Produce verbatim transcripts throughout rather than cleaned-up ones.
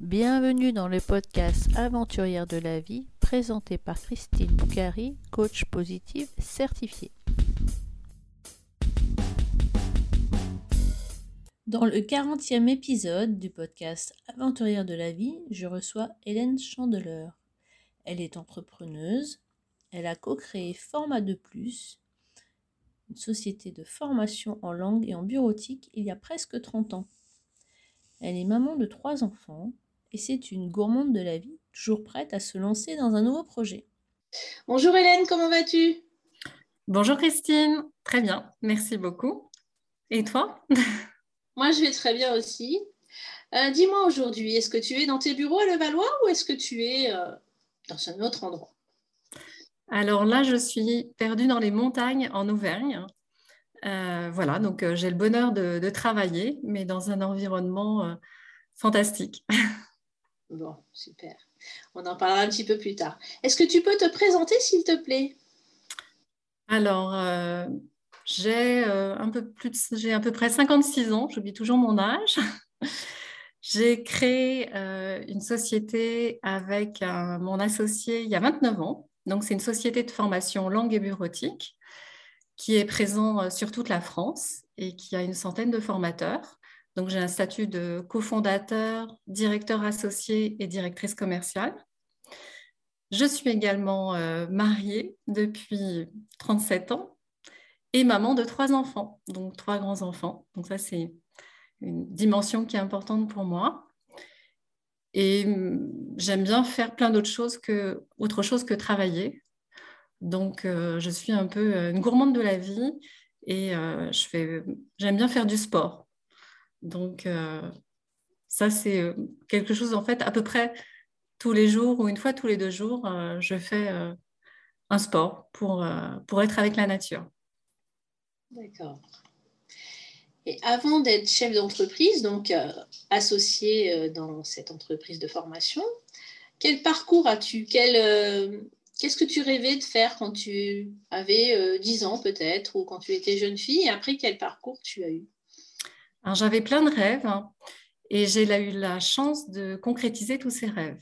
Bienvenue dans le podcast Aventurière de la vie, présenté par Christine Boukhari, coach positive certifiée. Dans le quarantième épisode du podcast Aventurière de la vie, je reçois Hélène Chandeleur. Elle est entrepreneuse, elle a co-créé Format de Plus, une société de formation en langue et en bureautique il y a presque trente ans. Elle est maman de trois enfants et c'est une gourmande de la vie, toujours prête à se lancer dans un nouveau projet. Bonjour Hélène, comment vas-tu ? Bonjour Christine, très bien, merci beaucoup. Et toi ? Moi je vais très bien aussi. Euh, dis-moi aujourd'hui, est-ce que tu es dans tes bureaux à Levallois ou est-ce que tu es euh, dans un autre endroit ? Alors là, je suis perdue dans les montagnes en Auvergne. Euh, voilà, donc euh, j'ai le bonheur de, de travailler, mais dans un environnement euh, fantastique. Bon, super. On en parlera un petit peu plus tard. Est-ce que tu peux te présenter s'il te plaît ? Alors, euh, j'ai euh, un peu plus de- j'ai à peu près cinquante-six ans, j'oublie toujours mon âge. J'ai créé euh, une société avec euh, mon associé il y a vingt-neuf ans. Donc, c'est une société de formation langue et bureautique qui est présent euh, sur toute la France et qui a une centaine de formateurs. Donc, j'ai un statut de cofondateur, directeur associé et directrice commerciale. Je suis également euh, mariée depuis trente-sept ans et maman de trois enfants, donc trois grands-enfants. Donc, ça, c'est une dimension qui est importante pour moi. Et hum, j'aime bien faire plein d'autres choses que, autre chose que travailler. Donc, euh, je suis un peu euh, une gourmande de la vie et euh, je fais, j'aime bien faire du sport. Donc, euh, ça, c'est euh, quelque chose, en fait, à peu près tous les jours ou une fois tous les deux jours, euh, je fais euh, un sport pour, euh, pour être avec la nature. D'accord. Et avant d'être chef d'entreprise, donc euh, associée euh, dans cette entreprise de formation, quel parcours as-tu ? Quel, euh, Qu'est-ce que tu rêvais de faire quand tu avais euh, dix ans peut-être ou quand tu étais jeune fille ? Et après, quel parcours tu as eu ? Alors, j'avais plein de rêves hein, et j'ai eu la chance de concrétiser tous ces rêves.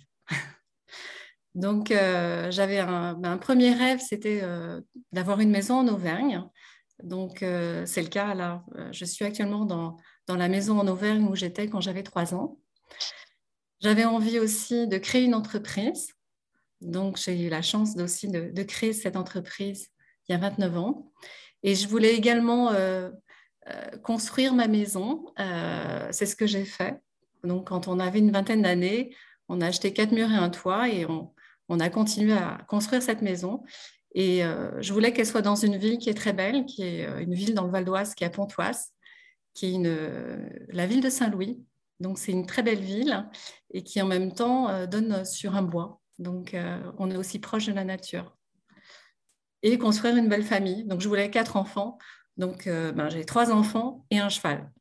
Donc, euh, j'avais un, un premier rêve, c'était euh, d'avoir une maison en Auvergne. Donc, euh, c'est le cas là. Je suis actuellement dans, dans la maison en Auvergne où j'étais quand j'avais trois ans. J'avais envie aussi de créer une entreprise. Donc, j'ai eu la chance aussi de, de créer cette entreprise il y a vingt-neuf ans. Et je voulais également euh, euh, construire ma maison. Euh, c'est ce que j'ai fait. Donc, quand on avait une vingtaine d'années, on a acheté quatre murs et un toit et on, on a continué à construire cette maison. Et euh, je voulais qu'elle soit dans une ville qui est très belle, qui est euh, une ville dans le Val d'Oise, qui est à Pontoise, qui est une, euh, la ville de Saint-Louis. Donc, c'est une très belle ville et qui en même temps euh, donne sur un bois. Donc, euh, on est aussi proche de la nature. Et construire une belle famille. Donc, je voulais quatre enfants. Donc, euh, ben, j'ai trois enfants et un cheval.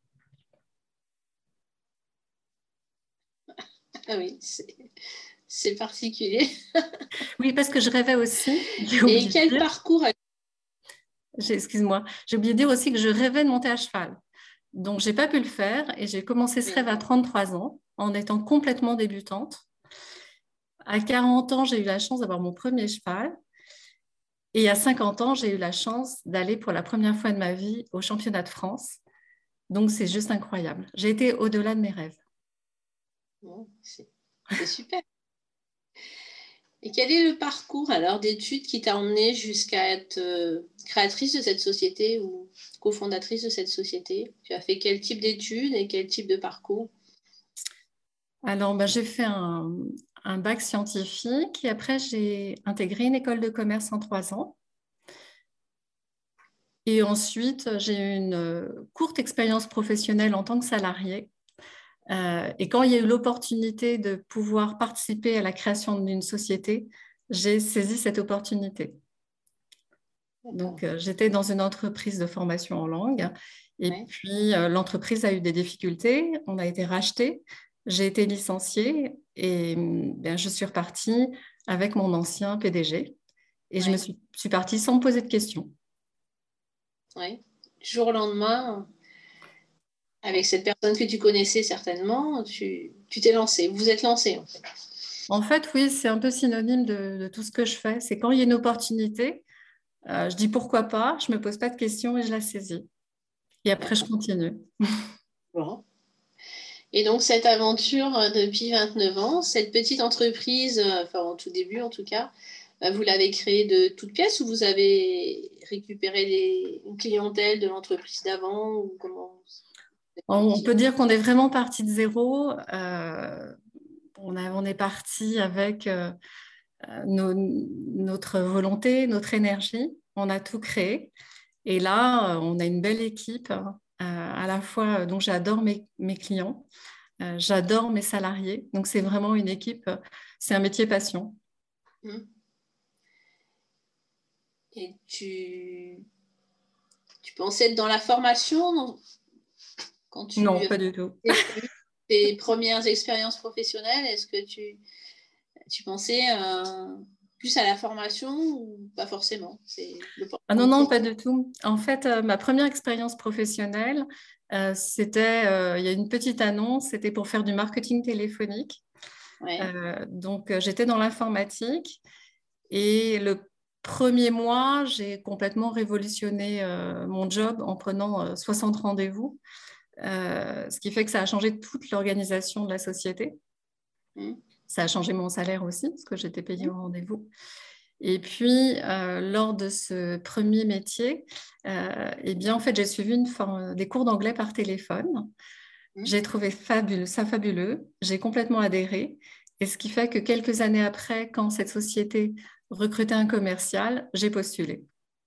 Ah oui, c'est, c'est particulier. Oui, parce que je rêvais aussi, j'ai Et oublié de quel dire, parcours as- j'ai- excuse-moi, j'ai oublié de dire aussi que je rêvais de monter à cheval. Donc, j'ai pas pu le faire et j'ai commencé ce rêve à trente-trois ans en étant complètement débutante. À quarante ans, j'ai eu la chance d'avoir mon premier cheval. Et à cinquante ans, j'ai eu la chance d'aller pour la première fois de ma vie au championnat de France. Donc, c'est juste incroyable. J'ai été au-delà de mes rêves. Bon, c'est, c'est super. Et quel est le parcours alors d'études qui t'a emmené jusqu'à être euh, créatrice de cette société ou cofondatrice de cette société ? Tu as fait quel type d'études et quel type de parcours ? Alors, ben, j'ai fait un, un bac scientifique et après, j'ai intégré une école de commerce en trois ans. Et ensuite, j'ai eu une euh, courte expérience professionnelle en tant que salariée. Euh, et quand il y a eu l'opportunité de pouvoir participer à la création d'une société, j'ai saisi cette opportunité. Donc, euh, j'étais dans une entreprise de formation en langue et Ouais. puis euh, l'entreprise a eu des difficultés, on a été racheté, j'ai été licenciée et bien, je suis repartie avec mon ancien P D G et je me Ouais. suis, suis partie sans me poser de questions. Ouais. Du jour au lendemain. Avec cette personne que tu connaissais certainement, tu tu t'es lancé, vous vous êtes lancé en fait. En fait, oui, c'est un peu synonyme de, de tout ce que je fais. C'est quand il y a une opportunité, euh, je dis pourquoi pas, je ne me pose pas de questions et je la saisis. Et après, je continue. Bon. Et donc, cette aventure euh, depuis vingt-neuf ans, cette petite entreprise, euh, enfin, en tout début en tout cas, euh, vous l'avez créée de toutes pièces ou vous avez récupéré les, une clientèle de l'entreprise d'avant ou comment c'est On, on parti? peut dire qu'on est vraiment parti de zéro. Euh, on, a- on est parti avec euh, nos- notre volonté, notre énergie. On a tout créé. Et là, euh, on a une belle équipe. Euh, à la fois, euh, donc j'adore mes, mes clients, euh, j'adore mes salariés. Donc c'est vraiment une équipe, euh, c'est un métier passion. Hmm. Et tu, tu pensais être dans la formation non, quand tu Non, as pas du tout. eu tes premières expériences professionnelles? Est-ce que tu, tu pensais euh, plus à la formation ou pas forcément? C'est Ah non, non, l'opportunité. pas du tout. En fait, euh, ma première expérience professionnelle, euh, c'était, euh, il y a une petite annonce, c'était pour faire du marketing téléphonique. Ouais. Euh, donc, euh, j'étais dans l'informatique et le premier mois, j'ai complètement révolutionné euh, mon job en prenant euh, soixante rendez-vous, euh, ce qui fait que ça a changé toute l'organisation de la société. Hmm. Ça a changé mon salaire aussi, parce que j'étais payée au rendez-vous. Et puis, euh, lors de ce premier métier, euh, eh bien, en fait, j'ai suivi une forme- des cours d'anglais par téléphone. Hmm. J'ai trouvé fabuleux, ça fabuleux. J'ai complètement adhéré. Et ce qui fait que quelques années après, quand cette société recrutait un commercial, j'ai postulé.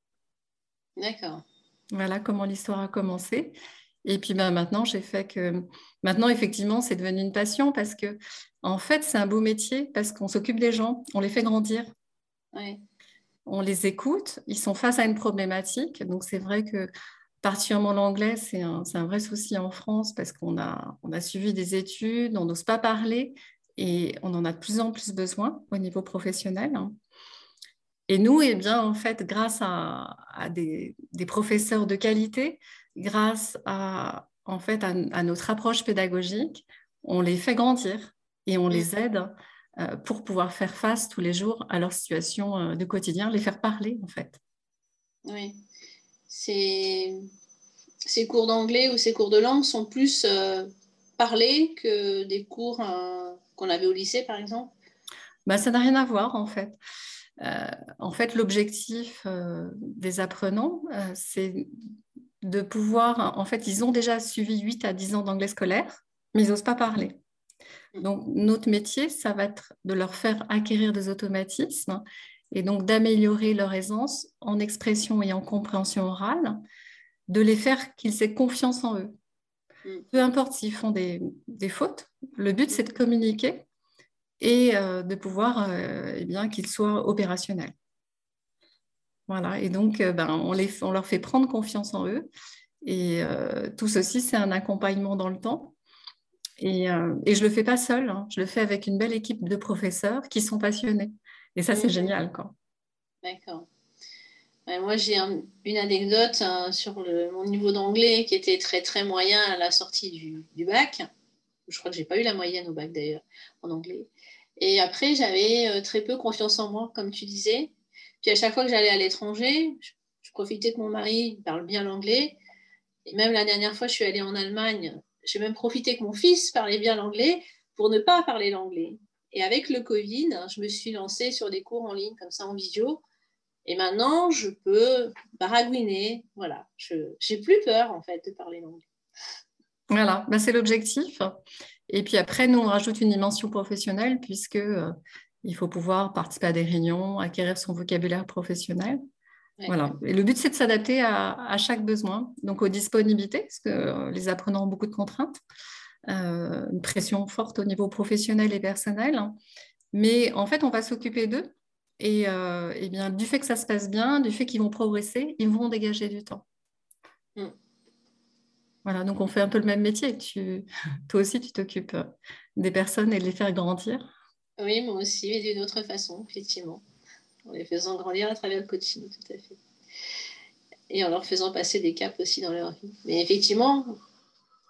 D'accord. Voilà comment l'histoire a commencé. Et puis ben, maintenant, j'ai fait que... Maintenant, effectivement, c'est devenu une passion parce que, en fait, c'est un beau métier parce qu'on s'occupe des gens, on les fait grandir. Ouais. On les écoute, ils sont face à une problématique. Donc, c'est vrai que particulièrement l'anglais, c'est un, c'est un vrai souci en France parce qu'on a, on a suivi des études, on n'ose pas parler et on en a de plus en plus besoin au niveau professionnel. Et nous, eh bien, en fait, grâce à, à des, des professeurs de qualité, grâce à, en fait, à, à notre approche pédagogique, on les fait grandir et on Hmm. les aide euh, pour pouvoir faire face tous les jours à leur situation euh, de quotidien, les faire parler, en fait. Oui. Ces, ces cours d'anglais ou ces cours de langue sont plus euh, parlés que des cours euh, qu'on avait au lycée, par exemple. Bah, ça n'a rien à voir, en fait. Euh, en fait, l'objectif euh, des apprenants, euh, c'est de pouvoir, en fait, ils ont déjà suivi huit à dix ans d'anglais scolaire, mais ils n'osent pas parler. Hmm. Donc, notre métier, ça va être de leur faire acquérir des automatismes et donc d'améliorer leur aisance en expression et en compréhension orale, de les faire qu'ils aient confiance en eux. Hmm. Peu importe s'ils font des, des fautes, le but, Hmm. c'est de communiquer et euh, de pouvoir euh, eh bien, qu'ils soient opérationnels. Voilà, et donc euh, ben, on, les, on leur fait prendre confiance en eux. Et euh, tout ceci, c'est un accompagnement dans le temps. Et, euh, et je ne le fais pas seule, hein. Je le fais avec une belle équipe de professeurs qui sont passionnés. Et ça, c'est Hmm. génial, quoi. D'accord. Ouais, moi, j'ai un- une anecdote hein, sur le- mon niveau d'anglais qui était très très moyen à la sortie du, du bac. Je crois que j'ai pas eu la moyenne au bac d'ailleurs en anglais. Et après, j'avais euh, très peu confiance en moi, comme tu disais. Puis à chaque fois que j'allais à l'étranger, je, je profitais que mon mari parle bien l'anglais. Et même la dernière fois, je suis allée en Allemagne. J'ai même profité que mon fils parlait bien l'anglais pour ne pas parler l'anglais. Et avec le Covid, je me suis lancée sur des cours en ligne comme ça en visio. Et maintenant, je peux baragouiner. Voilà, je j'ai plus peur en fait de parler l'anglais. Voilà, ben, c'est l'objectif. Et puis après, nous, on rajoute une dimension professionnelle puisque euh, il faut pouvoir participer à des réunions, acquérir son vocabulaire professionnel. Ouais. Voilà. Et le but, c'est de s'adapter à, à chaque besoin, donc aux disponibilités, parce que euh, les apprenants ont beaucoup de contraintes, euh, une pression forte au niveau professionnel et personnel. Mais en fait, on va s'occuper d'eux. Et, euh, eh bien, du fait que ça se passe bien, du fait qu'ils vont progresser, ils vont dégager du temps. Mm. Voilà, donc on fait un peu le même métier. Tu, toi aussi, tu t'occupes euh, des personnes et de les faire grandir. Oui, moi aussi, mais d'une autre façon, effectivement. En les faisant grandir à travers le coaching, tout à fait. Et en leur faisant passer des caps aussi dans leur vie. Mais effectivement,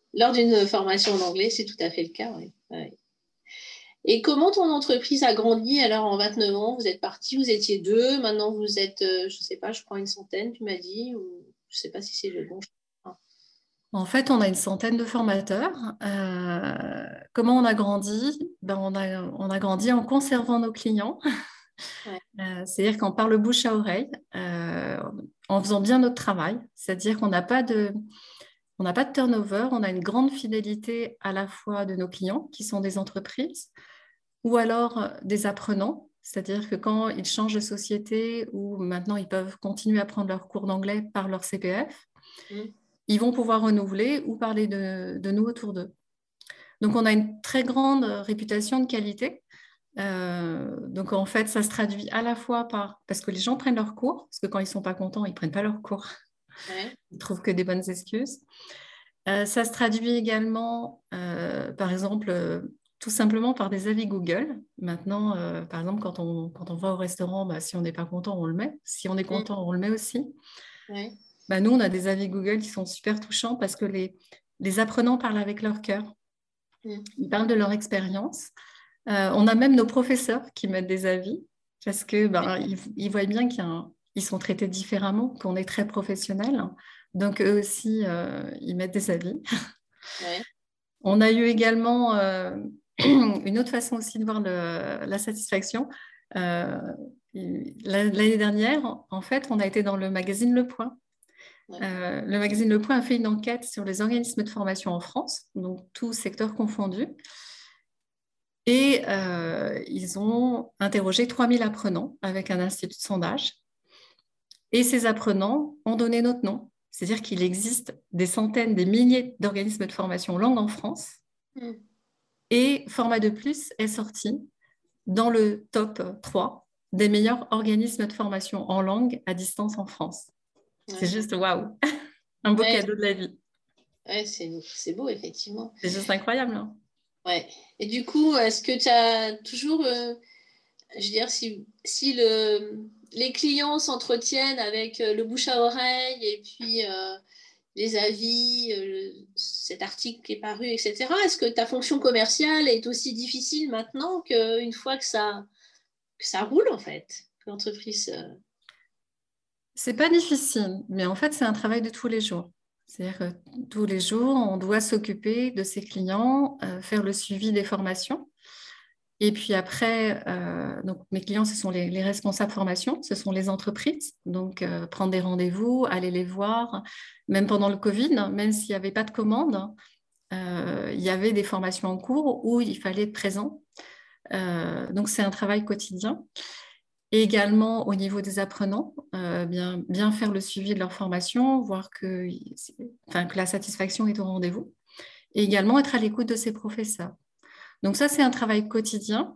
lors d'une formation en anglais, c'est tout à fait le cas. Oui. Ouais. Et comment ton entreprise a grandi? Alors, en vingt-neuf ans, vous êtes partis, vous étiez deux, maintenant vous êtes, euh, je ne sais pas, je crois une centaine, tu m'as dit, ou je ne sais pas si c'est le bon chiffre. En fait, on a une centaine de formateurs. Euh, comment on a grandi? Ben, on a, on a grandi en conservant nos clients. Ouais. Euh, c'est-à-dire qu'en par le bouche à oreille, euh, en faisant bien notre travail. C'est-à-dire qu'on n'a pas de, on n'a pas de turnover, on a une grande fidélité à la fois de nos clients, qui sont des entreprises, ou alors euh, des apprenants. C'est-à-dire que quand ils changent de société ou maintenant ils peuvent continuer à prendre leurs cours d'anglais par leur C P F, Mm. ils vont pouvoir renouveler ou parler de, de nous autour d'eux. Donc, on a une très grande réputation de qualité. Euh, donc, en fait, ça se traduit à la fois par... Parce que les gens prennent leurs cours, parce que quand ils ne sont pas contents, ils ne prennent pas leurs cours. Ouais. Ils ne trouvent que des bonnes excuses. Euh, ça se traduit également, euh, par exemple, euh, tout simplement par des avis Google. Maintenant, euh, par exemple, quand on, quand on va au restaurant, bah, si on n'est pas content, on le met. Si on est Mm. content, on le met aussi. Ouais. Bah, nous, on a des avis Google qui sont super touchants parce que les, les apprenants parlent avec leur cœur. Mm. Ils parlent de leur expérience. Euh, on a même nos professeurs qui mettent des avis parce que ben, ils, ils voient bien qu'ils sont traités différemment, qu'on est très professionnels. Donc, eux aussi, euh, ils mettent des avis. Ouais. On a eu également euh, une autre façon aussi de voir le, la satisfaction. Euh, L'année dernière, en fait, on a été dans le magazine Le Point. Ouais. Euh, le magazine Le Point a fait une enquête sur les organismes de formation en France, donc tous secteurs confondus. Et euh, ils ont interrogé trois mille apprenants avec un institut de sondage. Et ces apprenants ont donné notre nom. C'est-à-dire qu'il existe des centaines, des milliers d'organismes de formation langue en France. Mm. Et Format de Plus est sorti dans le top trois des meilleurs organismes de formation en langue à distance en France. C'est Ouais. juste waouh, un beau Ouais. cadeau de la vie. Ouais, c'est, c'est beau, effectivement. C'est juste incroyable. Hein. Ouais. Et du coup, est-ce que tu as toujours, euh, je veux dire, si, si le, les clients s'entretiennent avec euh, le bouche à oreille et puis euh, les avis, euh, cet article qui est paru, et cetera, est-ce que ta fonction commerciale est aussi difficile maintenant qu'une fois que ça, que ça roule, en fait, que l'entreprise... euh, C'est pas difficile, mais en fait, c'est un travail de tous les jours. C'est-à-dire que tous les jours, on doit s'occuper de ses clients, euh, faire le suivi des formations. Et puis après, euh, donc mes clients, ce sont les, les responsables formation, ce sont les entreprises. Donc, euh, prendre des rendez-vous, aller les voir. Même pendant le Covid, même s'il n'y avait pas de commande, euh, il y avait des formations en cours où il fallait être présent. Euh, donc, c'est un travail quotidien. Et également au niveau des apprenants, euh, bien, bien faire le suivi de leur formation, voir que, enfin, que la satisfaction est au rendez-vous. Et également être à l'écoute de ses professeurs. Donc ça, c'est un travail quotidien.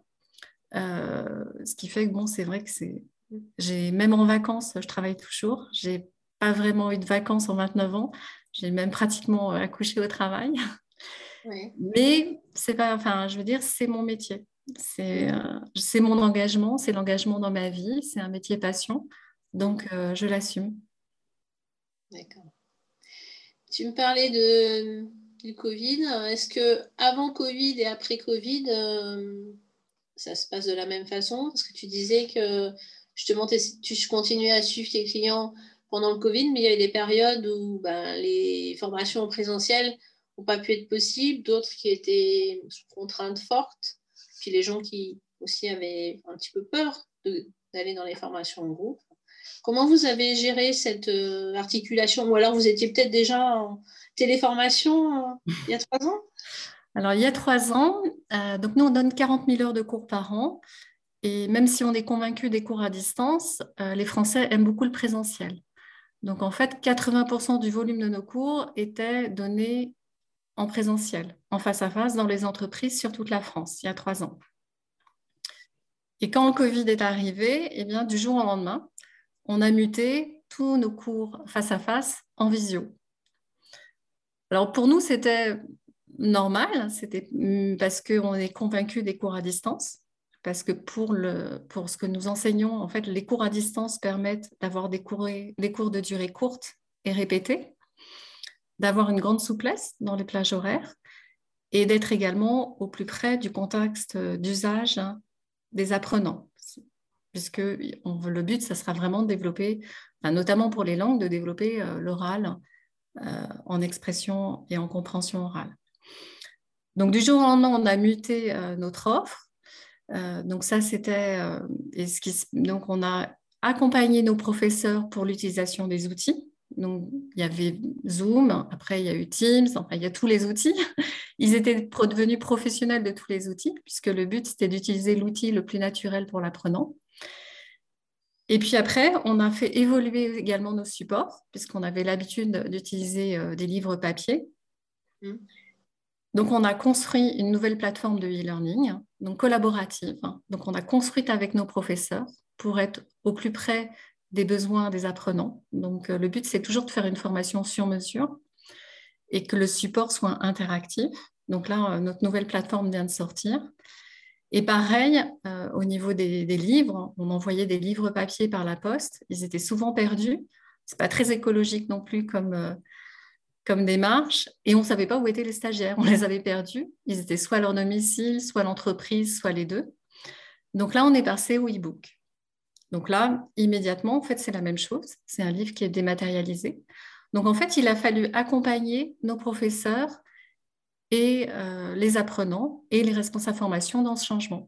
Euh, ce qui fait que, bon, c'est vrai que c'est... J'ai, même en vacances, je travaille toujours. J'ai pas vraiment eu de vacances en vingt-neuf ans. J'ai même pratiquement accouché au travail. ouais. Mais c'est pas... Enfin, je veux dire, c'est mon métier. C'est Mm. euh, c'est mon engagement, c'est l'engagement dans ma vie, c'est un métier passion, Mm. donc euh, je l'assume. D'accord. Tu me parlais de, du Covid. Est-ce que avant Covid et après Covid, euh, ça se passe de la même façon? Parce que tu disais que justement, t'es- tu continuais à suivre tes clients pendant le Covid, mais il y avait des périodes où ben, les formations en présentiel n'ont pas pu être possibles, d'autres qui étaient sous contraintes fortes, puis les gens qui aussi avaient un petit peu peur de- d'aller dans les formations en groupe. Comment vous avez géré cette euh, articulation? Ou alors vous étiez peut-être déjà en téléformation euh, il y a trois ans? Alors, il y a trois ans, euh, donc nous, on donne quarante mille heures de cours par an, et même si on est convaincu des cours à distance, euh, les Français aiment beaucoup le présentiel. Donc, en fait, quatre-vingts pour cent du volume de nos cours était donné en présentiel, en face à face, dans les entreprises sur toute la France, il y a trois ans. Et quand le Covid est arrivé, eh bien, du jour au lendemain, on a muté tous nos cours face à face en visio. Alors pour nous, c'était normal, c'était parce qu'on est convaincu des cours à distance, parce que pour, le, pour ce que nous enseignons, en fait, les cours à distance permettent d'avoir des cours, des cours de durée courte et répétés. d'avoir une grande souplesse dans les plages horaires et d'être également au plus près du contexte d'usage des apprenants. Puisque on, le but, ça sera vraiment de développer, enfin, notamment pour les langues, de développer euh, l'oral euh, en expression et en compréhension orale. Donc, du jour au lendemain, on a muté euh, notre offre. Euh, donc, ça, c'était... Euh, et ce qui, donc, on a accompagné nos professeurs pour l'utilisation des outils. Donc, il y avait Zoom, après, il y a eu Teams, enfin, il y a tous les outils. Ils étaient devenus professionnels de tous les outils, puisque le but, c'était d'utiliser l'outil le plus naturel pour l'apprenant. Et puis après, on a fait évoluer également nos supports, puisqu'on avait l'habitude d'utiliser euh, des livres papier. Mmh. Donc, on a construit une nouvelle plateforme de e-learning, donc collaborative. Donc, on a construite avec nos professeurs pour être au plus près des besoins des apprenants. Donc, euh, le but, c'est toujours de faire une formation sur mesure et que le support soit interactif. Donc là, euh, notre nouvelle plateforme vient de sortir. Et pareil, euh, au niveau des, des livres, on envoyait des livres papier par la poste. Ils étaient souvent perdus. Ce n'est pas très écologique non plus comme, euh, comme démarche. Et on ne savait pas où étaient les stagiaires. On les avait perdus. Ils étaient soit à leur domicile, soit à l'entreprise, soit les deux. Donc là, on est passé au e-book. Donc là, immédiatement, en fait, c'est la même chose. C'est un livre qui est dématérialisé. Donc en fait, il a fallu accompagner nos professeurs et euh, les apprenants et les responsables formation dans ce changement.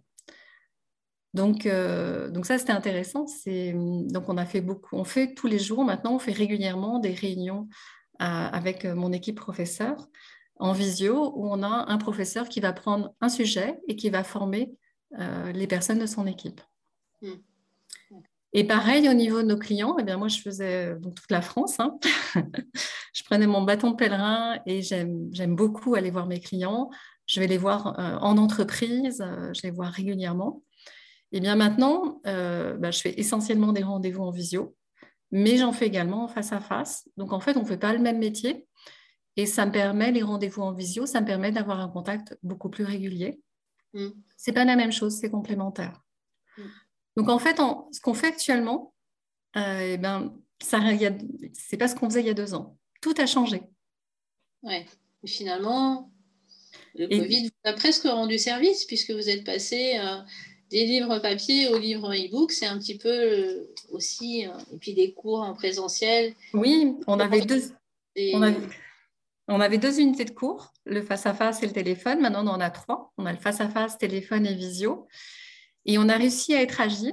Donc, euh, donc ça, c'était intéressant. C'est, donc, on a fait beaucoup, on fait tous les jours maintenant, on fait régulièrement des réunions euh, avec mon équipe professeur en visio où on a un professeur qui va prendre un sujet et qui va former euh, les personnes de son équipe. Mmh. Et pareil, au niveau de nos clients, eh bien, moi, je faisais donc, toute la France. Hein. Je prenais mon bâton de pèlerin et j'aime, j'aime beaucoup aller voir mes clients. Je vais les voir euh, en entreprise, euh, je les vois régulièrement. Et bien maintenant, euh, bah, je fais essentiellement des rendez-vous en visio, mais j'en fais également en face à face. Donc en fait, on ne fait pas le même métier et ça me permet, les rendez-vous en visio, ça me permet d'avoir un contact beaucoup plus régulier. Mm. Ce n'est pas la même chose, c'est complémentaire. Mm. Donc en fait, en, ce qu'on fait actuellement, euh, eh ben, ça, y a, c'est pas ce qu'on faisait il y a deux ans. Tout a changé. Ouais. Et finalement, le et... Covid vous a presque rendu service puisque vous êtes passé euh, des livres papier aux livres e-book. C'est un petit peu euh, aussi, euh, et puis des cours en présentiel. Oui, on avait deux, et... on avait, on avait deux unités de cours, le face-à-face et le téléphone. Maintenant, on en a trois. On a le face-à-face, téléphone et visio. Et on a réussi à être agile.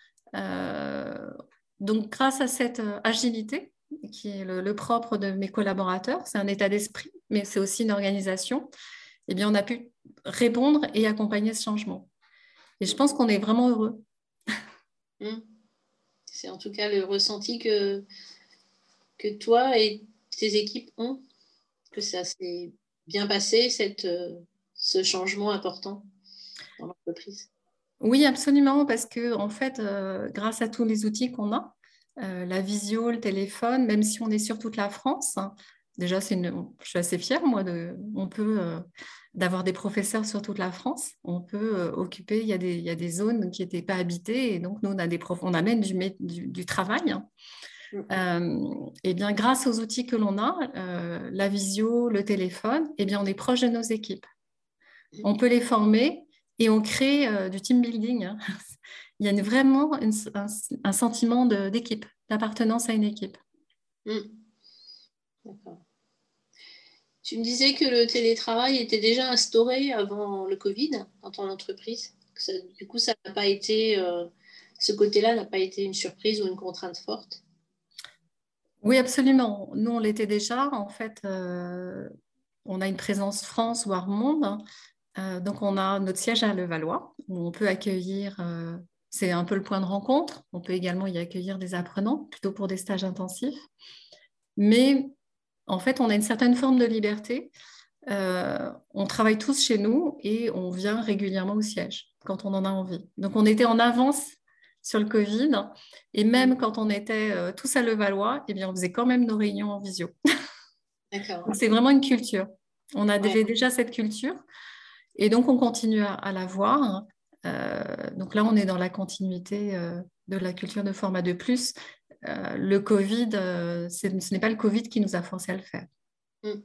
Euh, donc, grâce à cette agilité, qui est le, le propre de mes collaborateurs, c'est un état d'esprit, mais c'est aussi une organisation, eh bien, on a pu répondre et accompagner ce changement. Et je pense qu'on est vraiment heureux. Mmh. C'est en tout cas le ressenti que, que toi et tes équipes ont, que ça s'est bien passé, cette, ce changement important dans l'entreprise. Oui, absolument, parce que en fait, euh, grâce à tous les outils qu'on a, euh, la visio, le téléphone, même si on est sur toute la France, hein, déjà, c'est une, je suis assez fière, moi, de, on peut, euh, d'avoir des professeurs sur toute la France. On peut euh, occuper, il y, a des, il y a des zones qui n'étaient pas habitées, et donc nous, on, a des prof, on amène du, du, du travail. Hein. Euh, et bien, grâce aux outils que l'on a, euh, la visio, le téléphone, et bien, on est proche de nos équipes. On peut les former. Et on crée euh, du team building. Hein. Il y a une, vraiment une, un, un sentiment de, d'équipe, d'appartenance à une équipe. Mmh. D'accord. Tu me disais que le télétravail était déjà instauré avant le Covid dans ton entreprise. Ça, du coup, ça n'a pas été, euh, ce côté-là n'a pas été une surprise ou une contrainte forte? Oui, absolument. Nous, on l'était déjà. En fait, euh, on a une présence France, voire monde. Euh, donc, on a notre siège à Levallois, où on peut accueillir, euh, c'est un peu le point de rencontre. On peut également y accueillir des apprenants, plutôt pour des stages intensifs. Mais en fait, on a une certaine forme de liberté. Euh, on travaille tous chez nous et on vient régulièrement au siège quand on en a envie. Donc, on était en avance sur le Covid et même quand on était euh, tous à Levallois, eh bien, on faisait quand même nos réunions en visio. D'accord. Donc, c'est vraiment une culture. On avait ouais. déjà cette culture. Et donc, on continue à, à la voir. Euh, donc là, on est dans la continuité euh, de la culture de format de plus. Euh, le Covid, euh, ce n'est pas le Covid qui nous a forcé à le faire. Mm.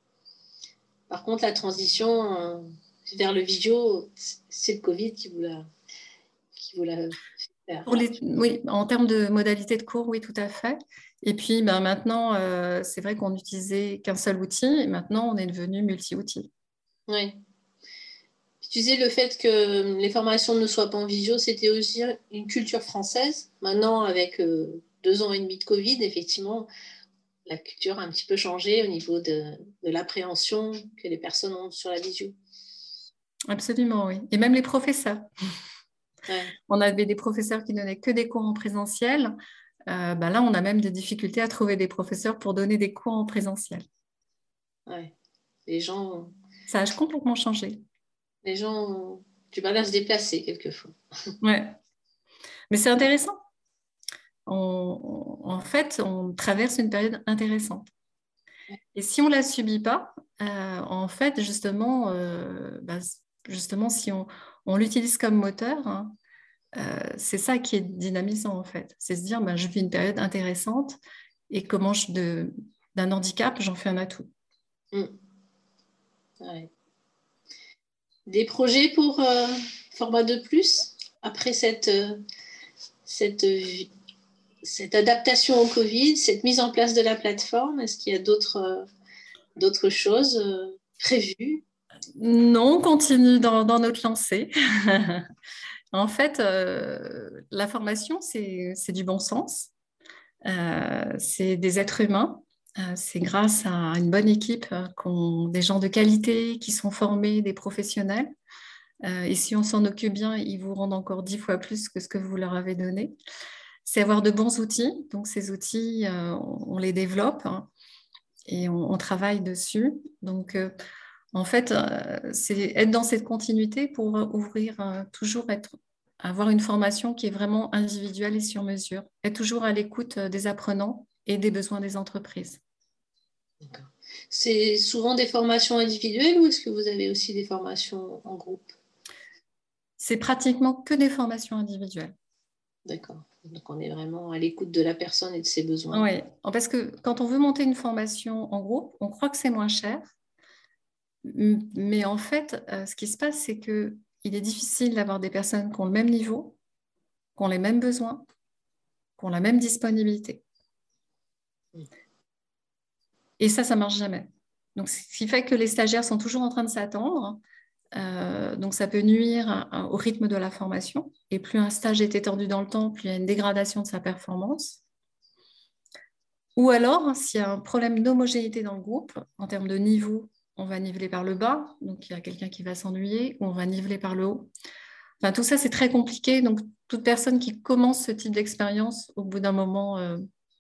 Par contre, la transition euh, vers le visio, c'est le Covid qui vous l'a, qui vous l'a fait faire. Pour les, oui, en termes de modalité de cours, oui, tout à fait. Et puis ben, maintenant, euh, c'est vrai qu'on n'utilisait qu'un seul outil, et maintenant on est devenu multi-outils. Oui. Tu disais le fait que les formations ne soient pas en visio, c'était aussi une culture française. Maintenant, avec euh, deux ans et demi de Covid, effectivement, la culture a un petit peu changé au niveau de, de l'appréhension que les personnes ont sur la visio. Absolument, oui. Et même les professeurs. Ouais. On avait des professeurs qui donnaient que des cours en présentiel. Euh, ben là, on a même des difficultés à trouver des professeurs pour donner des cours en présentiel. Ouais. Les gens, Ça a complètement changé. les gens ont du mal à se déplacer quelquefois. Ouais. Mais c'est intéressant. On, on, en fait, on traverse une période intéressante. Et si on ne la subit pas, euh, en fait, justement, euh, bah, justement si on, on l'utilise comme moteur, hein, euh, c'est ça qui est dynamisant, en fait. C'est se dire, bah, je vis une période intéressante et comment je, de, d'un handicap, j'en fais un atout. Mm. Ouais. Des projets pour euh, format de plus après cette, euh, cette, cette adaptation au Covid, cette mise en place de la plateforme? Est-ce qu'il y a d'autres euh, d'autres choses euh, prévues? Non, on continue dans, dans notre lancée. En fait, euh, la formation, c'est, c'est du bon sens. Euh, c'est des êtres humains. Euh, c'est grâce à une bonne équipe, euh, qu'on, des gens de qualité qui sont formés, des professionnels. Euh, et si on s'en occupe bien, ils vous rendent encore dix fois plus que ce que vous leur avez donné. C'est avoir de bons outils. Donc, ces outils, euh, on, on les développe, hein, et on, on travaille dessus. Donc, euh, en fait, euh, c'est être dans cette continuité pour ouvrir, euh, toujours être, avoir une formation qui est vraiment individuelle et sur mesure. Être toujours à l'écoute euh, des apprenants et des besoins des entreprises. C'est souvent des formations individuelles ou est-ce que vous avez aussi des formations en groupe? C'est pratiquement que des formations individuelles. D'accord. Donc on est vraiment à l'écoute de la personne et de ses besoins. Oui, parce que quand on veut monter une formation en groupe, on croit que c'est moins cher. Mais en fait, euh, ce qui se passe, c'est qu'il est difficile d'avoir des personnes qui ont le même niveau, qui ont les mêmes besoins, qui ont la même disponibilité. Et ça, ça ne marche jamais. Donc, ce qui fait que les stagiaires sont toujours en train de s'attendre. Euh, donc, ça peut nuire à, à, au rythme de la formation. Et plus un stage est étendu dans le temps, plus il y a une dégradation de sa performance. Ou alors, s'il y a un problème d'homogénéité dans le groupe, en termes de niveau, on va niveler par le bas. Donc, il y a quelqu'un qui va s'ennuyer, ou on va niveler par le haut. Enfin, tout ça, c'est très compliqué. Donc, toute personne qui commence ce type d'expérience, au bout d'un moment, euh,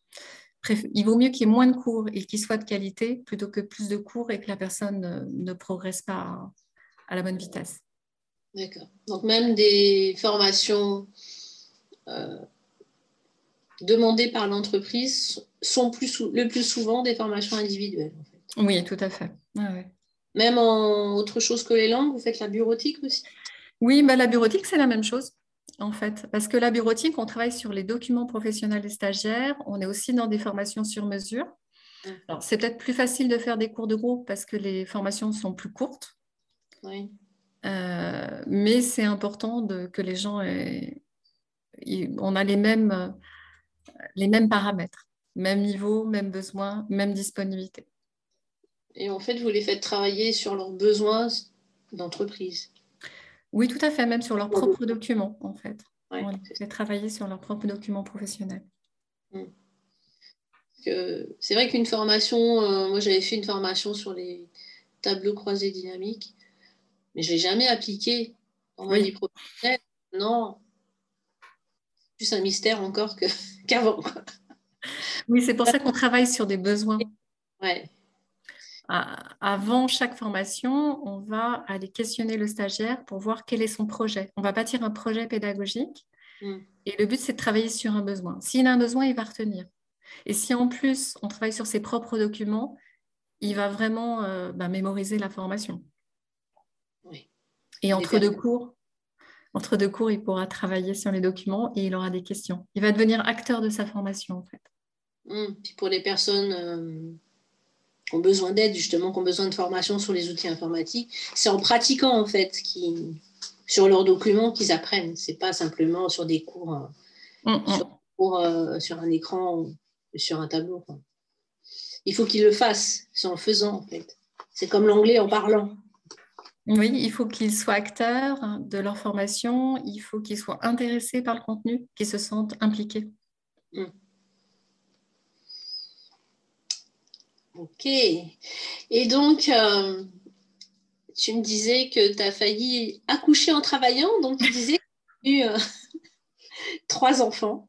il vaut mieux qu'il y ait moins de cours et qu'ils soient de qualité plutôt que plus de cours et que la personne ne, ne progresse pas à, à la bonne vitesse. D'accord. Donc, même des formations euh, demandées par l'entreprise sont plus sou- le plus souvent des formations individuelles. En fait. Oui, tout à fait. Ah, ouais. Même en autre chose que les langues, vous faites la bureautique aussi? Oui, bah, la bureautique, c'est la même chose, en fait. Parce que la bureautique, on travaille sur les documents professionnels des stagiaires. On est aussi dans des formations sur mesure. Hum. Alors, c'est peut-être plus facile de faire des cours de groupe parce que les formations sont plus courtes. Oui. Euh, mais c'est important de, que les gens aient, on a les mêmes, les mêmes paramètres, même niveau, même besoin, même disponibilité. Et en fait, vous les faites travailler sur leurs besoins d'entreprise. Oui, tout à fait, même sur leurs propres documents, en fait. Ouais, On les fait travailler sur leurs propres documents professionnels. Hum. C'est vrai qu'une formation, euh, moi j'avais fait une formation sur les tableaux croisés dynamiques, mais je ne l'ai jamais appliqué dans ma Oui. vie professionnelle. Non, plus un mystère encore que, qu'avant. Oui, c'est pour ça qu'on travaille sur des besoins. Ouais. Avant chaque formation, on va aller questionner le stagiaire pour voir quel est son projet. On va bâtir un projet pédagogique Hum. et le but, c'est de travailler sur un besoin. S'il a un besoin, il va retenir. Et si en plus, on travaille sur ses propres documents, il va vraiment euh, bah, mémoriser la formation. Oui. Et entre deux cours, entre deux cours, il pourra travailler sur les documents et il aura des questions. Il va devenir acteur de sa formation, en fait. Hum. Puis pour les personnes euh, qui ont besoin d'aide, justement, qui ont besoin de formation sur les outils informatiques. C'est en pratiquant, en fait, qui, sur leurs documents qu'ils apprennent. Ce n'est pas simplement sur des cours, euh, mmh, sur, mmh. Cours euh, sur un écran ou sur un tableau, quoi. Il faut qu'ils le fassent, c'est en faisant, en fait. C'est comme l'anglais en parlant. Oui, il faut qu'ils soient acteurs de leur formation, il faut qu'ils soient intéressés par le contenu, qu'ils se sentent impliqués. Mmh. Ok. Et donc, euh, tu me disais que tu as failli accoucher en travaillant, donc tu disais que tu as eu euh, trois enfants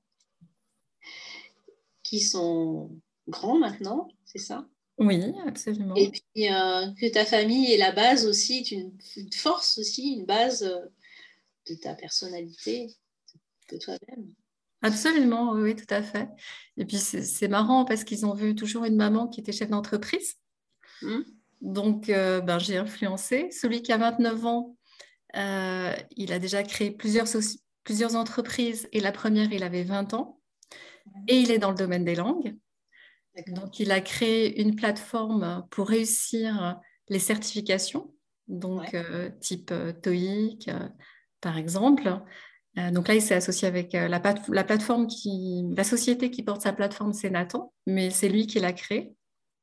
qui sont grands maintenant, c'est ça? Oui, absolument. Et puis euh, que ta famille est la base aussi, une, une force aussi, une base euh, de ta personnalité, de toi-même. Absolument, oui, oui, tout à fait. Et puis c'est marrant parce qu'ils ont vu toujours une maman qui était chef d'entreprise. Mmh. Donc, euh, ben, j'ai influencé. Celui qui a vingt-neuf ans, euh, il a déjà créé plusieurs, plusieurs entreprises et la première, il avait vingt ans. Et il est dans le domaine des langues. Donc, il a créé une plateforme pour réussir les certifications, donc ouais. euh, type euh, TOEIC, euh, par exemple. Euh, donc là, il s'est associé avec euh, la, la plateforme qui, la société qui porte sa plateforme, c'est Nathan, mais c'est lui qui l'a créée.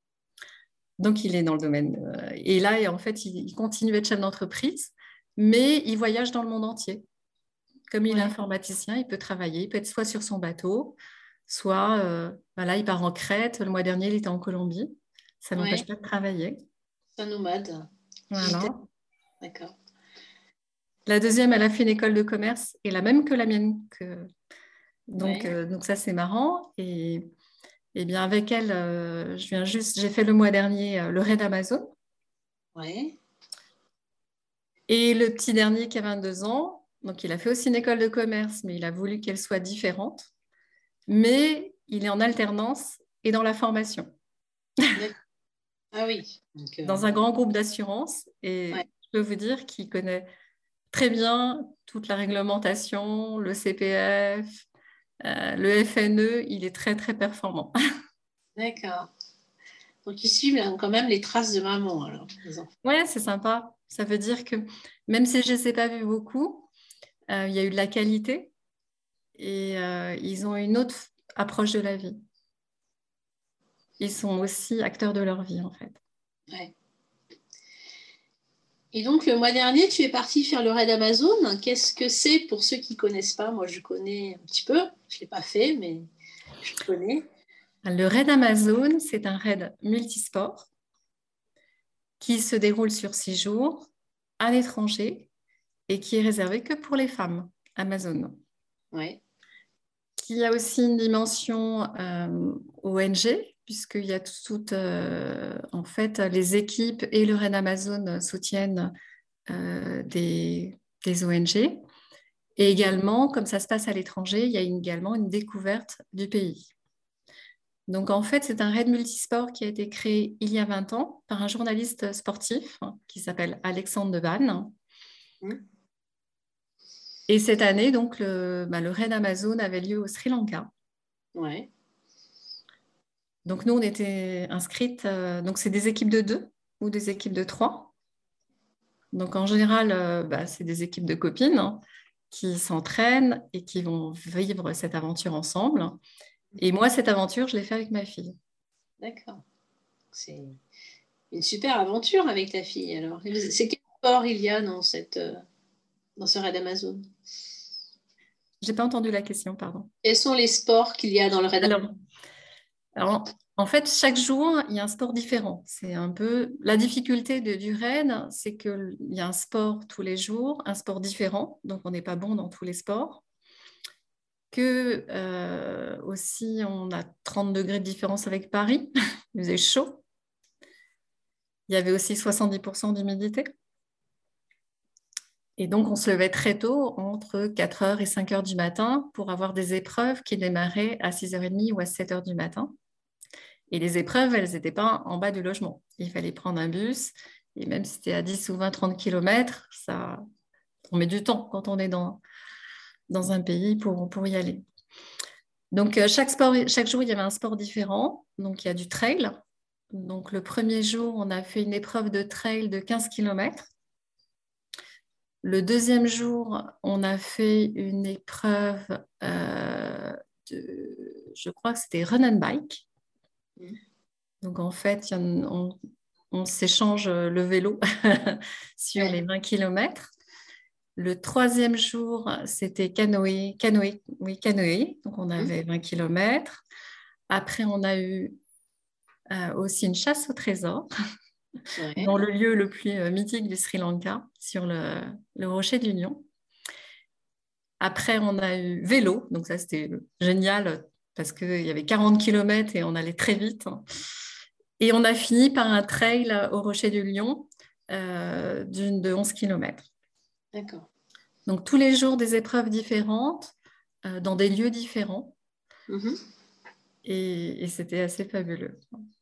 Donc, il est dans le domaine. Euh, et là, et en fait, il, il continue à être chef d'entreprise, mais il voyage dans le monde entier. Comme il ouais. est informaticien, il peut travailler, il peut être soit sur son bateau, soit, euh, voilà, il part en Crète. Le mois dernier, il était en Colombie. Ça ne l'empêche ouais. pas de travailler. C'est un nomade. Voilà. D'accord. La deuxième, elle a fait une école de commerce, et la même que la mienne. Que... Donc, ouais. euh, donc ça, c'est marrant. Et, et bien, avec elle, euh, je viens juste, j'ai fait le mois dernier euh, le raid Amazon. Ouais. Et le petit dernier qui a vingt-deux ans, donc il a fait aussi une école de commerce, mais il a voulu qu'elle soit différente. Mais il est en alternance et dans la formation. Ah oui. Donc, euh... Dans un grand groupe d'assurance. Et ouais. je peux vous dire qu'il connaît très bien toute la réglementation, le C P F, euh, le F N E. Il est très, très performant. D'accord. Donc, ils suivent là, quand même les traces de maman, alors. Oui, c'est sympa. Ça veut dire que même si je ne les ai pas vus beaucoup, euh, il y a eu de la qualité et euh, ils ont une autre approche de la vie. Ils sont aussi acteurs de leur vie, en fait. Ouais. Et donc, le mois dernier, tu es partie faire le raid Amazon. Qu'est-ce que c'est pour ceux qui ne connaissent pas? Moi, je connais un petit peu. Je ne l'ai pas fait, mais je connais. Le raid Amazon, c'est un raid multisport qui se déroule sur six jours à l'étranger et qui est réservé que pour les femmes Amazon. Ouais. Qui a aussi une dimension euh, O N G, puisqu'il y a toutes, euh, en fait, les équipes et le raid Amazon soutiennent euh, des, des O N G. Et également, comme ça se passe à l'étranger, il y a une, également une découverte du pays. Donc, en fait, c'est un raid multisport qui a été créé il y a vingt ans par un journaliste sportif qui s'appelle Alexandre Devanne. Mmh. Et cette année, donc, le, bah, le raid Amazon avait lieu au Sri Lanka. Ouais. Donc, nous, on était inscrites. Euh, donc, c'est des équipes de deux ou des équipes de trois. Donc, en général, euh, bah, c'est des équipes de copines hein, qui s'entraînent et qui vont vivre cette aventure ensemble. Et moi, cette aventure, je l'ai fait avec ma fille. D'accord. C'est une super aventure avec ta fille, alors. C'est quel sport il y a dans, cette, dans ce raid Amazon? Je n'ai pas entendu la question, pardon. Quels sont les sports qu'il y a dans le raid alors, alors, en fait, chaque jour, il y a un sport différent. C'est un peu... La difficulté de, du raid, c'est qu'il y a un sport tous les jours, un sport différent. Donc, on n'est pas bon dans tous les sports. Que euh, aussi, on a trente degrés de différence avec Paris. Il faisait chaud. Il y avait aussi soixante-dix pour cent d'humidité. Et donc, on se levait très tôt, entre quatre heures et cinq heures du matin, pour avoir des épreuves qui démarraient à six heures trente ou à sept heures du matin. Et les épreuves, elles n'étaient pas en bas du logement. Il fallait prendre un bus. Et même si c'était à dix ou vingt, trente kilomètres, ça... on met du temps quand on est dans, dans un pays pour, pour y aller. Donc, chaque, sport, chaque jour, il y avait un sport différent. Donc, il y a du trail. Donc, le premier jour, on a fait une épreuve de trail de quinze kilomètres. Le deuxième jour, on a fait une épreuve euh, de, je crois que c'était run and bike. Mm. Donc, en fait, y a, on, on s'échange le vélo sur Ouais. les vingt kilomètres. Le troisième jour, c'était canoë, canoë, oui, canoë. Donc, on avait vingt kilomètres. Après, on a eu euh, aussi une chasse au trésor Ouais. dans le lieu le plus euh, mythique du Sri Lanka, sur le, le rocher du Lion. Après, on a eu vélo. Donc, ça, c'était génial parce qu'il y avait quarante kilomètres et on allait très vite. Et on a fini par un trail au rocher du Lion euh, d'une de onze kilomètres. D'accord. Donc, tous les jours, des épreuves différentes, euh, dans des lieux différents. Mm-hmm. Et, et c'était assez fabuleux.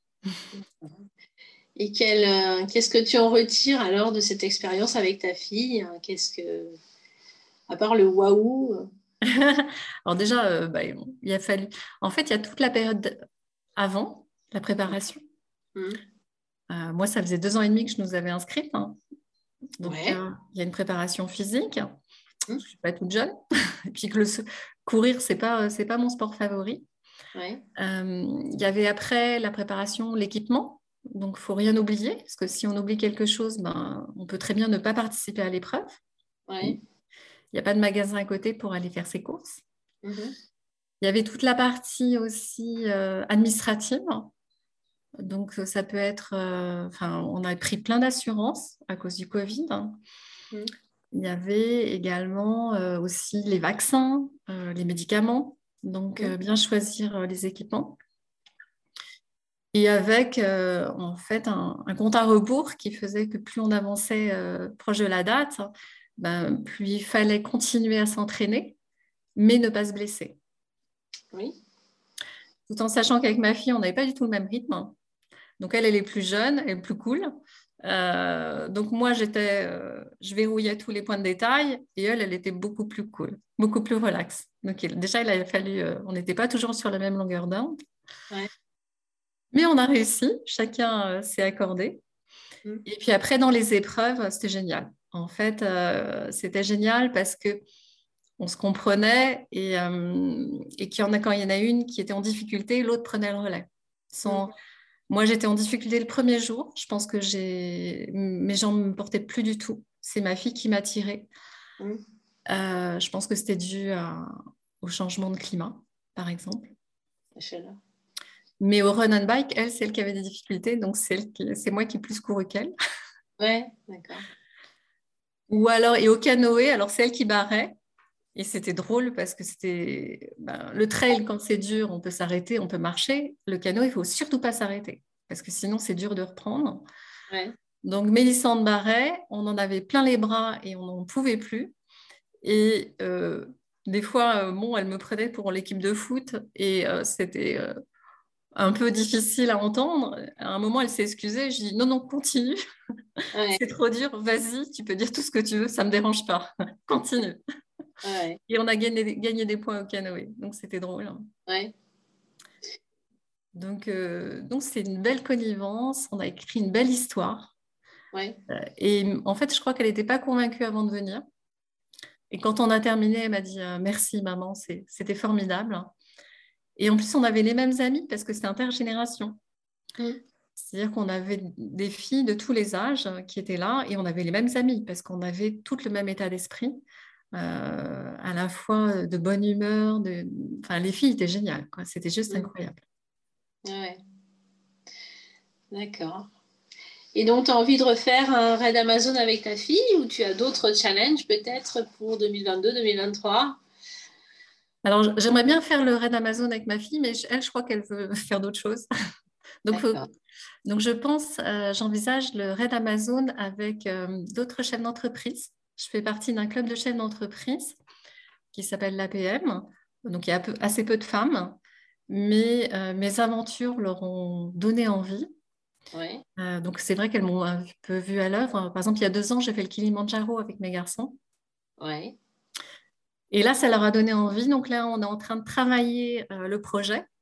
Et quel, euh, qu'est-ce que tu en retires alors de cette expérience avec ta fille? Qu'est-ce que, à part le waouh? Alors déjà, euh, bah, il a fallu... En fait, il y a toute la période avant, la préparation. Mm. Euh, moi, ça faisait deux ans et demi que je nous avais inscrites. Hein. Donc, Ouais. euh, il y a une préparation physique. Mm. Je ne suis pas toute jeune. Et puis que le courir, ce n'est pas, c'est pas mon sport favori. Ouais. Euh, il y avait après la préparation, l'équipement. Donc, il ne faut rien oublier. Parce que si on oublie quelque chose, ben, on peut très bien ne pas participer à l'épreuve. Ouais. Il n'y a pas de magasin à côté pour aller faire ses courses. Mm-hmm. Il y avait toute la partie aussi euh, administrative. Donc, ça peut être... euh, Enfin, on a pris plein d'assurances à cause du Covid. Mm. Il y avait également euh, aussi les vaccins, euh, les médicaments. Donc, euh, bien choisir euh, les équipements. Et avec, euh, en fait, un, un compte à rebours qui faisait que plus on avançait euh, proche de la date, ben, plus il fallait continuer à s'entraîner, mais ne pas se blesser. Oui. Tout en sachant qu'avec ma fille, on n'avait pas du tout le même rythme. Donc, elle, elle est plus jeune, elle est plus cool. Euh, donc, moi, j'étais, euh, je verrouillais tous les points de détail et elle, elle était beaucoup plus cool, beaucoup plus relax. Donc, il, déjà, il a fallu, euh, on n'était pas toujours sur la même longueur d'onde. Ouais. Mais on a réussi, chacun euh, s'est accordé. Mm. Et puis après, dans les épreuves, c'était génial. En fait, euh, c'était génial parce que on se comprenait et, euh, et qu'il y en a, quand il y en a une qui était en difficulté, l'autre prenait le relais. Sans... Mm. Moi, j'étais en difficulté le premier jour. Je pense que j'ai... mes jambes ne me portaient plus du tout. C'est ma fille qui m'a tirée. Mm. Euh, je pense que c'était dû à... au changement de climat, par exemple. La chaleur. Mais au run and bike, elle, c'est elle qui avait des difficultés. Donc, c'est, elle qui... c'est moi qui ai plus couru qu'elle. Ouais, d'accord. Ou alors, et au canoë, alors c'est elle qui barrait. Et c'était drôle parce que c'était ben, le trail, quand c'est dur, on peut s'arrêter, on peut marcher. Le canoë, il ne faut surtout pas s'arrêter parce que sinon, c'est dur de reprendre. Ouais. Donc, Mélissande barrait, on en avait plein les bras et on n'en pouvait plus. Et euh, des fois, euh, bon, elle me prenait pour l'équipe de foot et euh, c'était euh, un peu difficile à entendre. À un moment, elle s'est excusée. Je dis non, non, continue. Ouais. C'est trop dur. Vas-y, tu peux dire tout ce que tu veux, ça ne me dérange pas. Continue. Ouais. Et on a gagné, gagné des points au canoë. Donc, c'était drôle. Ouais. Donc, euh, donc, c'est une belle connivence. On a écrit une belle histoire. Ouais. Euh, et en fait, je crois qu'elle n'était pas convaincue avant de venir. Et quand on a terminé, elle m'a dit euh, merci, maman, c'est, c'était formidable. Et en plus, on avait les mêmes amis parce que c'était intergénération. Mm. C'est-à-dire qu'on avait des filles de tous les âges qui étaient là et on avait les mêmes amis parce qu'on avait tout le même état d'esprit. Euh, à la fois de bonne humeur. De... Enfin, les filles étaient géniales, quoi. C'était juste Mm. incroyable. Ouais. D'accord. Et donc, tu as envie de refaire un raid Amazon avec ta fille ou tu as d'autres challenges peut-être pour deux mille vingt-deux deux mille vingt-trois? Alors, j'aimerais bien faire le raid Amazon avec ma fille, mais elle, je crois qu'elle veut faire d'autres choses. Donc, faut... D'accord. Donc, je pense, euh, j'envisage le raid Amazon avec euh, d'autres chefs d'entreprise. Je fais partie d'un club de chefs d'entreprise qui s'appelle l'A P M. Donc, il y a peu, assez peu de femmes, mais euh, mes aventures leur ont donné envie. Ouais. Euh, donc, c'est vrai qu'elles m'ont un peu vue à l'œuvre. Par exemple, il y a deux ans, j'ai fait le Kilimandjaro avec mes garçons. Ouais. Et là, ça leur a donné envie. Donc là, on est en train de travailler euh, le projet.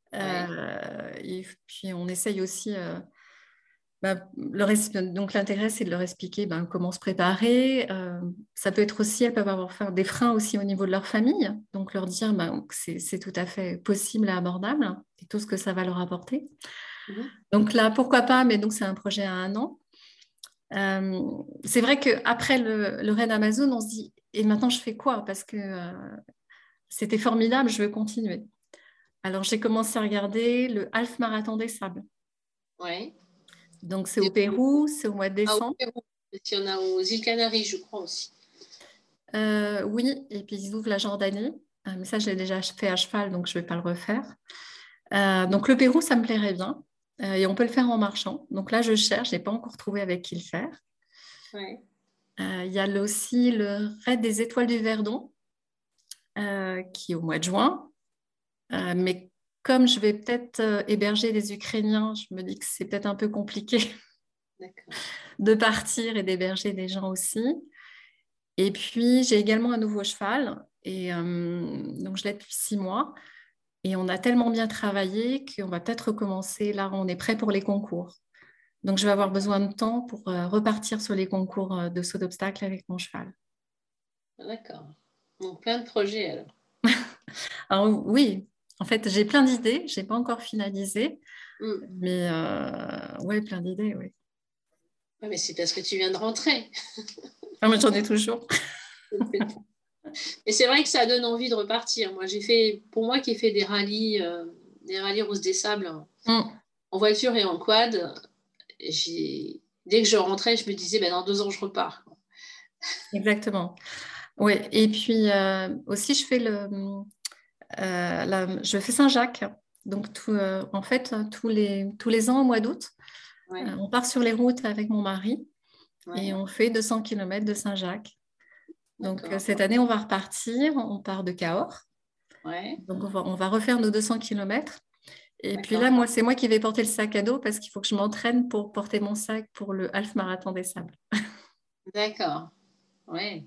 Ouais. Euh, et puis, on essaye aussi... euh, bah, leur es- donc, l'intérêt, c'est de leur expliquer ben, comment se préparer. Euh, ça peut être aussi, elles peuvent avoir faire des freins aussi au niveau de leur famille. Donc, leur dire ben, que c'est c'est tout à fait possible et abordable et tout ce que ça va leur apporter. Mhm. Donc là, pourquoi pas, mais donc c'est un projet à un an. Euh, c'est vrai qu'après le, le raid Amazon, on se dit, et maintenant je fais quoi? Parce que euh, c'était formidable, je veux continuer. Alors j'ai commencé à regarder le Half Marathon des Sables. Ouais. Donc c'est au C'est où? Pérou, c'est au mois de Ah, au décembre. Pérou. Parce qu'il y en a aux îles Canaries, je crois aussi. Euh, oui, et puis ils ouvrent la Jordanie. Euh, mais ça, je l'ai déjà fait à cheval, donc je ne vais pas le refaire. Euh, donc le Pérou, ça me plairait bien. Euh, et on peut le faire en marchant. Donc là, je cherche, je n'ai pas encore trouvé avec qui le faire. Ouais. Euh, Il y a le- aussi le raid des Étoiles du Verdon, euh, qui est au mois de juin. Euh, mais comme je vais peut-être euh, héberger des Ukrainiens, je me dis que c'est peut-être un peu compliqué D'accord. de partir et d'héberger des gens aussi. Et puis, j'ai également un nouveau cheval. Et euh, donc, je l'ai depuis six mois. Et on a tellement bien travaillé qu'on va peut-être recommencer. Là, on est prêt pour les concours. Donc, je vais avoir besoin de temps pour euh, repartir sur les concours euh, de saut d'obstacle avec mon cheval. D'accord. Donc, plein de projets alors. Alors, oui, en fait, j'ai plein d'idées. Je n'ai pas encore finalisé. Hmm. Mais euh, ouais, plein d'idées, oui. Ouais, mais c'est parce que tu viens de rentrer. Ah, mais j'en ai toujours. Et c'est vrai que ça donne envie de repartir. Moi, j'ai fait, pour moi qui ai fait des rallyes, euh, des rallyes Rose des Sables en, Mm, en voiture et en quad, j'ai, dès que je rentrais, je me disais, ben, dans deux ans, je repars. exactement. Oui, et puis euh, aussi, je fais le, euh, la- je fais Saint-Jacques. Donc, tout, euh, en fait, tous les, tous les ans au mois d'août, Ouais, euh, on part sur les routes avec mon mari et ouais, on fait deux cents kilomètres de Saint-Jacques. Donc, euh, d'accord. cette année, on va repartir. On part de Cahors. Ouais, Donc, on va, on va refaire nos deux cents kilomètres. Et puis là, d'accord. moi, c'est moi qui vais porter le sac à dos parce qu'il faut que je m'entraîne pour porter mon sac pour le half marathon des sables. D'accord. Ouais.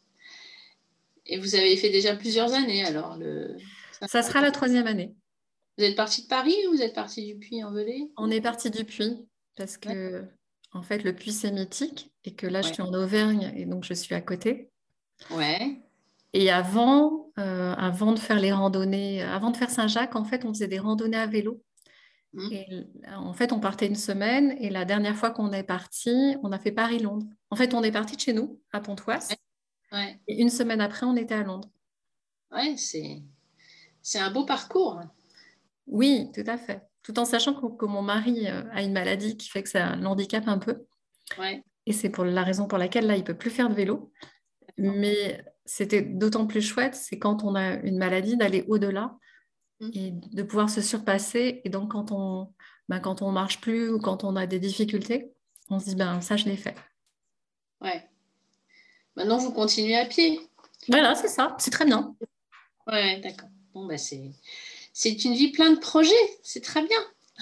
Et vous avez fait déjà plusieurs années alors. Le... Ça sera la troisième année. Vous êtes parti de Paris ou vous êtes parti du Puy-en-Velay? On est parti du Puy parce Ouais. que, en fait, le Puy, c'est mythique et que là, je Ouais. suis en Auvergne et donc je suis à côté. Ouais. Et avant, euh, avant de faire les randonnées, avant de faire Saint-Jacques, en fait, on faisait des randonnées à vélo. Hmm. Et en fait, on partait une semaine et la dernière fois qu'on est parti, on a fait Paris-Londres. En fait, on est parti de chez nous, à Ouais. Pontoise, Ouais. et une semaine après, on était à Londres. Ouais, c'est c'est un beau parcours. Oui, tout à fait. Tout en sachant que, que mon mari euh, a une maladie qui fait que ça l'handicape un peu. Ouais. Et c'est pour la raison pour laquelle là, il peut plus faire de vélo. D'accord. Mais c'était d'autant plus chouette, c'est quand on a une maladie d'aller au-delà Hmm. et de pouvoir se surpasser. Et donc, quand on ben, quand on marche plus ou quand on a des difficultés, on se dit, ben ça, je l'ai fait. Ouais. Maintenant, vous continuez à pied. Voilà, c'est ça, c'est très bien. Ouais, d'accord. Bon, bah, c'est c'est une vie pleine de projets. C'est très bien.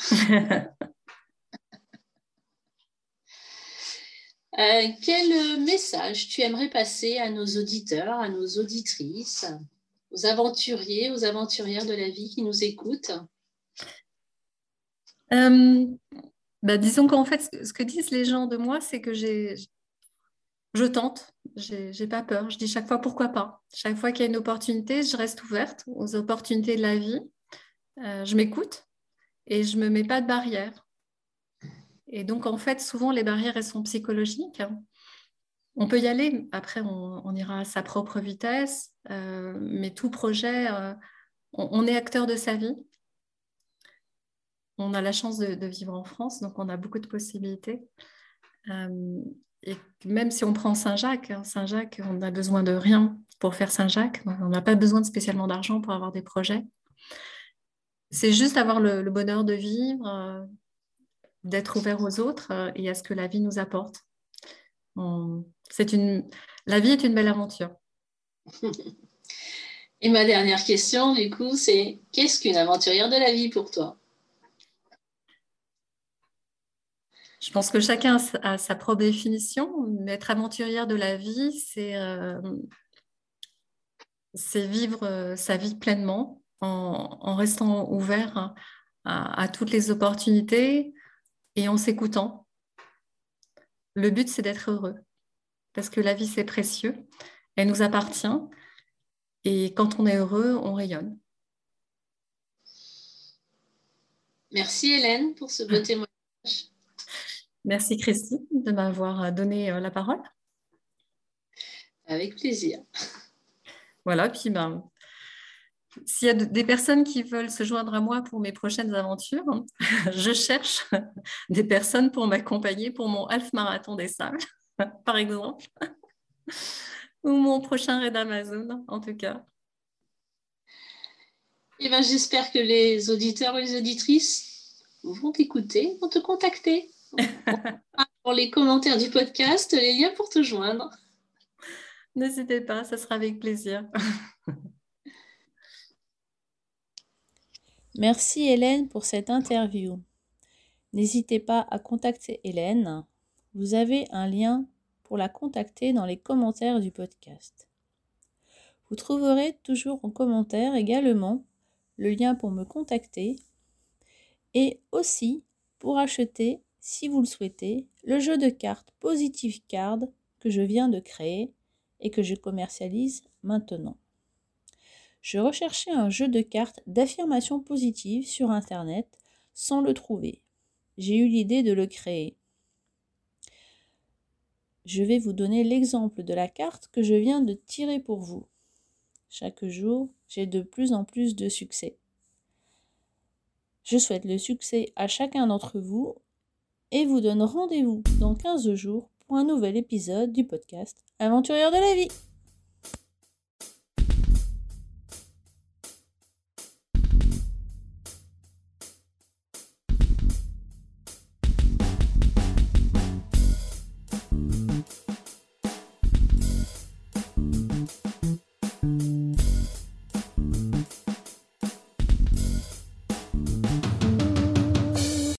Euh, quel message tu aimerais passer à nos auditeurs, à nos auditrices, aux aventuriers, aux aventurières de la vie qui nous écoutent? Euh, ben, disons qu'en fait, ce ce que disent les gens de moi, c'est que j'ai, je tente, j'ai j'ai pas peur. Je dis chaque fois pourquoi pas. Chaque fois qu'il y a une opportunité, je reste ouverte aux opportunités de la vie. Euh, je m'écoute et je me mets pas de barrière. Et donc, en fait, souvent, les barrières, elles sont psychologiques. On peut y aller, après, on, on ira à sa propre vitesse, euh, mais tout projet, euh, on, on est acteur de sa vie. On a la chance de, de vivre en France, donc on a beaucoup de possibilités. Euh, et même si on prend Saint-Jacques, hein, Saint-Jacques, on n'a besoin de rien pour faire Saint-Jacques. On n'a pas besoin de spécialement d'argent pour avoir des projets. C'est juste avoir le, le bonheur de vivre, euh, d'être ouvert aux autres euh, et à ce que la vie nous apporte. On- c'est une... La vie est une belle aventure. Et ma dernière question, du coup, c'est qu'est-ce qu'une aventurière de la vie pour toi? Je pense que chacun a sa a sa propre définition, mais être aventurière de la vie, c'est euh, c'est vivre euh, sa vie pleinement, en, en restant ouvert à, à toutes les opportunités et en s'écoutant. Le but, c'est d'être heureux parce que la vie, c'est précieux. Elle nous appartient et quand on est heureux, on rayonne. Merci Hélène pour ce beau témoignage. Merci Christine de m'avoir donné la parole. Avec plaisir. Voilà, puis ben, s'il y a des personnes qui veulent se joindre à moi pour mes prochaines aventures, je cherche des personnes pour m'accompagner pour mon half marathon des sables, par exemple, ou mon prochain raid Amazon, en tout cas. Eh ben, j'espère que les auditeurs et les auditrices vont t'écouter, vont te contacter. Pour les commentaires du podcast, les liens pour te joindre. N'hésitez pas, ça sera avec plaisir. Merci Hélène pour cette interview. N'hésitez pas à contacter Hélène. Vous avez un lien pour la contacter dans les commentaires du podcast. Vous trouverez toujours en commentaire également le lien pour me contacter et aussi pour acheter, si vous le souhaitez, le jeu de cartes Positive Card que je viens de créer et que je commercialise maintenant. Je recherchais un jeu de cartes d'affirmation positive sur Internet sans le trouver. J'ai eu l'idée de le créer. Je vais vous donner l'exemple de la carte que je viens de tirer pour vous. Chaque jour, j'ai de plus en plus de succès. Je souhaite le succès à chacun d'entre vous et vous donne rendez-vous dans quinze jours pour un nouvel épisode du podcast Aventurière de la vie.